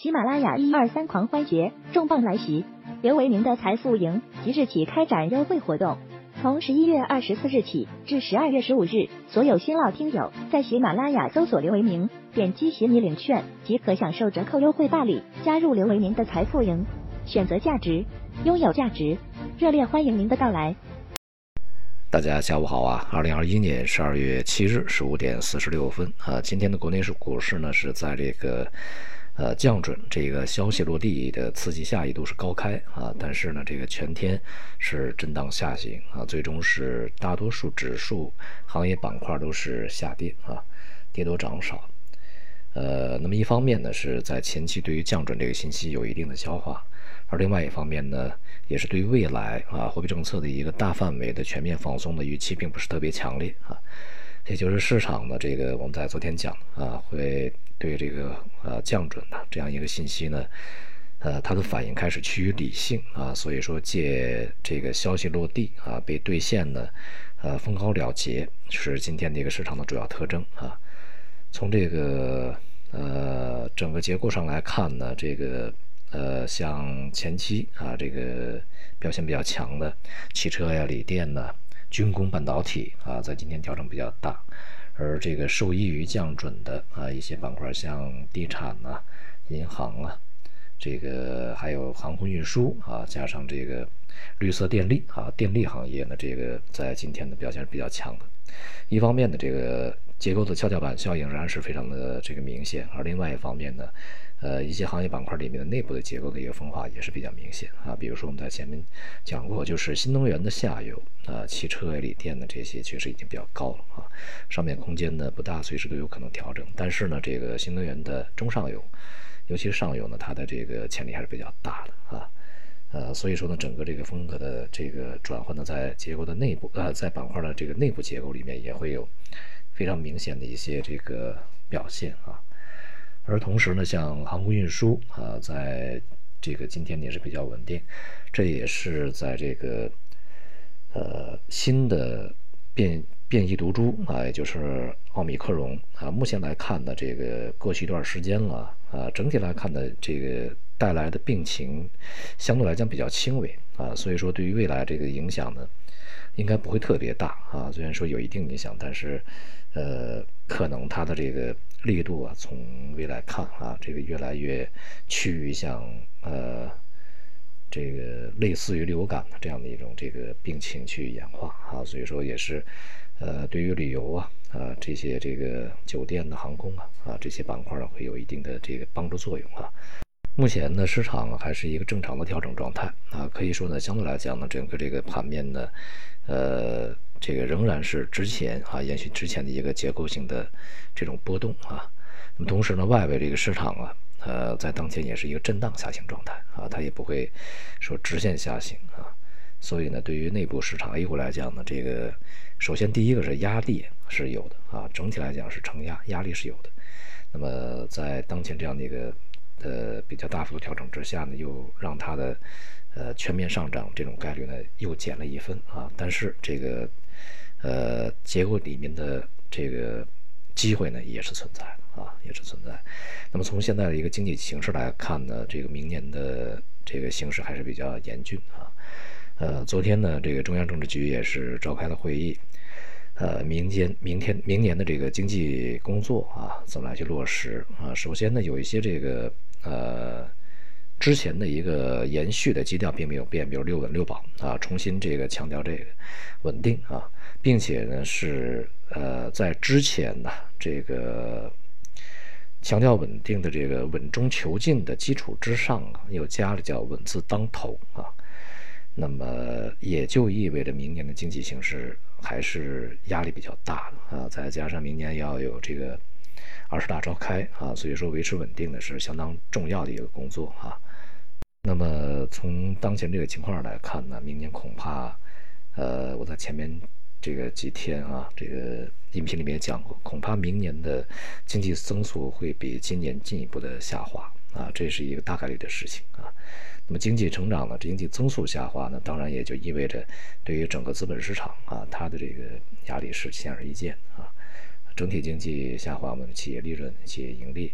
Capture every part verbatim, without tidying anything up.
喜马拉雅一二三狂欢节重磅来袭，刘维明的财富营即日起开展优惠活动，从十一月二十四日起至十二月十五日，所有新老听友在喜马拉雅搜索刘维明，点击喜你领券即可享受折扣优惠办理，加入刘维明的财富营，选择价值，拥有价值，热烈欢迎您的到来。 大家下午好啊！二零二一年十二月七日十五点四十六分啊，今天的国内是股市呢是在这个呃降准这个消息落地的刺激下，一度是高开啊，但是呢这个全天是震荡下行啊，最终是大多数指数行业板块都是下跌啊，跌多涨少。呃，那么一方面呢是在前期对于降准这个信息有一定的消化，而另外一方面呢，也是对于未来啊货币政策的一个大范围的全面放松的预期并不是特别强烈啊，也就是市场的这个我们在昨天讲啊，会对这个呃降准的这样一个信息呢，呃它的反应开始趋于理性啊，所以说借这个消息落地啊被兑现呢，呃风高了结是今天的一个市场的主要特征啊。从这个呃整个结构上来看呢，这个呃像前期啊这个表现比较强的汽车呀、锂电呐、军工、半导体啊，在今天调整比较大，而这个受益于降准的啊一些板块，像地产啊、银行啊，这个还有航空运输啊，加上这个绿色电力啊，电力行业呢，这个在今天的表现是比较强的。一方面呢，这个结构的跷跷板效应仍然是非常的这个明显，而另外一方面呢，呃，一些行业板块里面的内部的结构的一个分化也是比较明显啊。比如说我们在前面讲过，就是新能源的下游啊，汽车、锂电的这些确实已经比较高了啊，上面空间呢不大，随时都有可能调整。但是呢，这个新能源的中上游，尤其是上游呢，它的这个潜力还是比较大的啊。呃，所以说呢，整个这个风格的这个转换呢，在结构的内部，呃，在板块的这个内部结构里面也会有非常明显的一些这个表现啊。而同时呢，像航空运输啊，在这个今天也是比较稳定，这也是在这个呃新的变变异毒株啊，也就是奥密克戎啊，目前来看呢，这个过去一段时间了啊，整体来看呢，这个带来的病情相对来讲比较轻微啊，所以说对于未来这个影响呢，应该不会特别大啊。虽然说有一定影响，但是呃，可能它的这个力度啊，从未来看啊，这个越来越趋于像呃这个类似于流感的这样的一种这个病情去演化啊，所以说也是呃对于旅游啊啊这些这个酒店的、航空啊啊这些板块呢会有一定的这个帮助作用啊。目前呢，市场还是一个正常的调整状态啊，可以说呢，相对来讲呢，整个这个盘面呢，呃，这个仍然是之前啊延续之前的一个结构性的这种波动啊。那么同时呢，外围这个市场啊，呃，在当前也是一个震荡下行状态啊，它也不会说直线下行啊。所以呢，对于内部市场 A 股来讲呢，这个首先第一个是压力是有的啊，整体来讲是承压，压力是有的。那么在当前这样的一个呃比较大幅度调整之下呢，又让它的呃全面上涨这种概率呢又减了一分啊。但是这个呃结构里面的这个机会呢也是存在的啊，也是存在。那么从现在的一个经济形势来看呢，这个明年的这个形势还是比较严峻啊。呃，昨天呢，这个中央政治局也是召开了会议。呃，明天、明天、明年的这个经济工作啊，怎么来去落实啊？首先呢，有一些这个呃之前的一个延续的基调并没有变，比如六稳六保啊，重新这个强调这个稳定啊，并且呢是呃在之前呢这个强调稳定的这个稳中求进的基础之上啊，又加了叫稳字当头啊。那么也就意味着明年的经济形势还是压力比较大的啊，再加上明年要有这个二十大召开啊，所以说维持稳定呢是相当重要的一个工作啊。那么从当前这个情况来看呢，明年恐怕，呃，我在前面这个几天啊，这个音频里面讲过，恐怕明年的经济增速会比今年进一步的下滑啊，这是一个大概率的事情啊。那么经济成长呢，经济增速下滑呢，当然也就意味着对于整个资本市场啊，它的这个压力是显而易见啊。整体经济下滑，我们的企业利润、企业盈利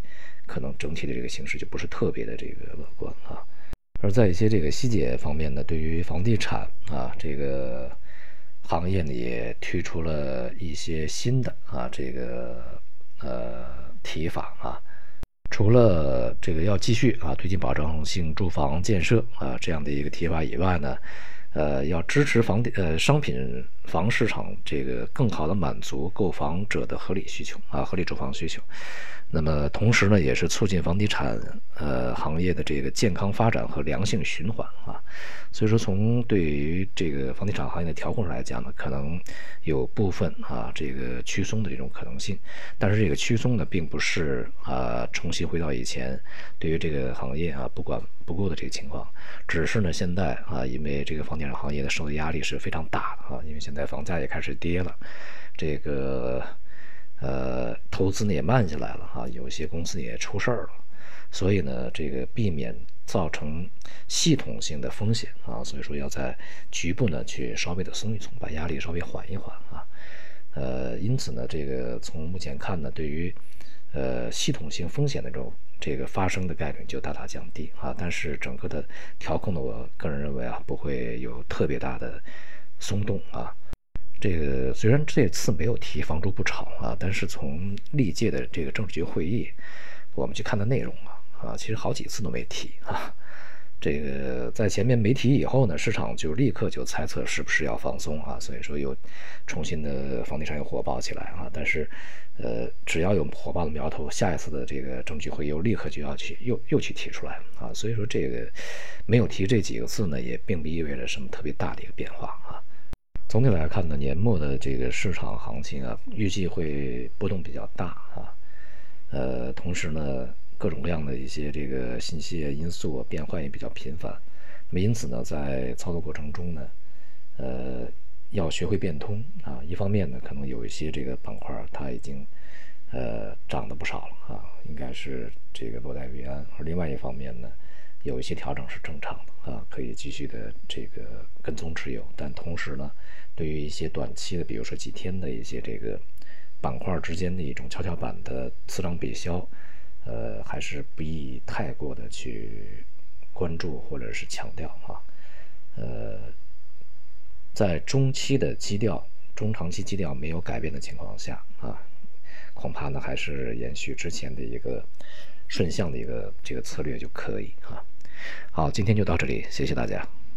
可能整体的这个形势就不是特别的这个乐观啊。而在一些这个细节方面呢，对于房地产啊这个行业呢，也推出了一些新的啊这个呃提法啊。除了这个要继续啊推进保障性住房建设啊这样的一个提法以外呢，呃，要支持房地呃商品房市场这个更好的满足购房者的合理需求啊，合理住房需求。那么同时呢，也是促进房地产呃行业的这个健康发展和良性循环啊。所以说，从对于这个房地产行业的调控上来讲呢，可能有部分啊这个趋松的这种可能性。但是这个趋松呢，并不是啊重新回到以前对于这个行业啊不管不顾的这个情况，只是呢现在啊因为这个房地产行业的受的压力是非常大的啊，因为现在房价也开始跌了，这个。呃，投资呢也慢下来了啊，有些公司也出事儿了，所以呢，这个避免造成系统性的风险啊，所以说要在局部呢去稍微的松一松，把压力稍微缓一缓啊。呃，因此呢，这个从目前看呢，对于呃系统性风险的这种这个发生的概率就大大降低啊，但是整个的调控呢，我个人认为啊，不会有特别大的松动啊。这个虽然这次没有提房住不炒啊，但是从历届的这个政治局会议，我们去看的内容啊啊，其实好几次都没提啊。这个在前面没提以后呢，市场就立刻就猜测是不是要放松啊，所以说又重新的房地产又火爆起来啊。但是，呃，只要有火爆的苗头，下一次的这个政治局会议又立刻就要去又又去提出来啊。所以说这个没有提这几个字呢，也并不意味着什么特别大的一个变化啊。总体来看呢，年末的这个市场行情啊，预计会波动比较大啊。呃，同时呢，各种各样的一些这个信息因素啊变换也比较频繁。那么因此呢，在操作过程中呢，呃，要学会变通啊。一方面呢，可能有一些这个板块它已经呃涨得不少了啊，应该是这个落袋为安。而另外一方面呢，有一些调整是正常的啊，可以继续的这个跟踪持有。但同时呢，对于一些短期的，比如说几天的一些这个板块之间的一种跷跷板的此涨彼消，呃，还是不宜太过的去关注或者是强调啊。呃，在中期的基调、中长期基调没有改变的情况下啊，恐怕呢还是延续之前的一个顺向的一个这个策略就可以啊。好，今天就到这里，谢谢大家。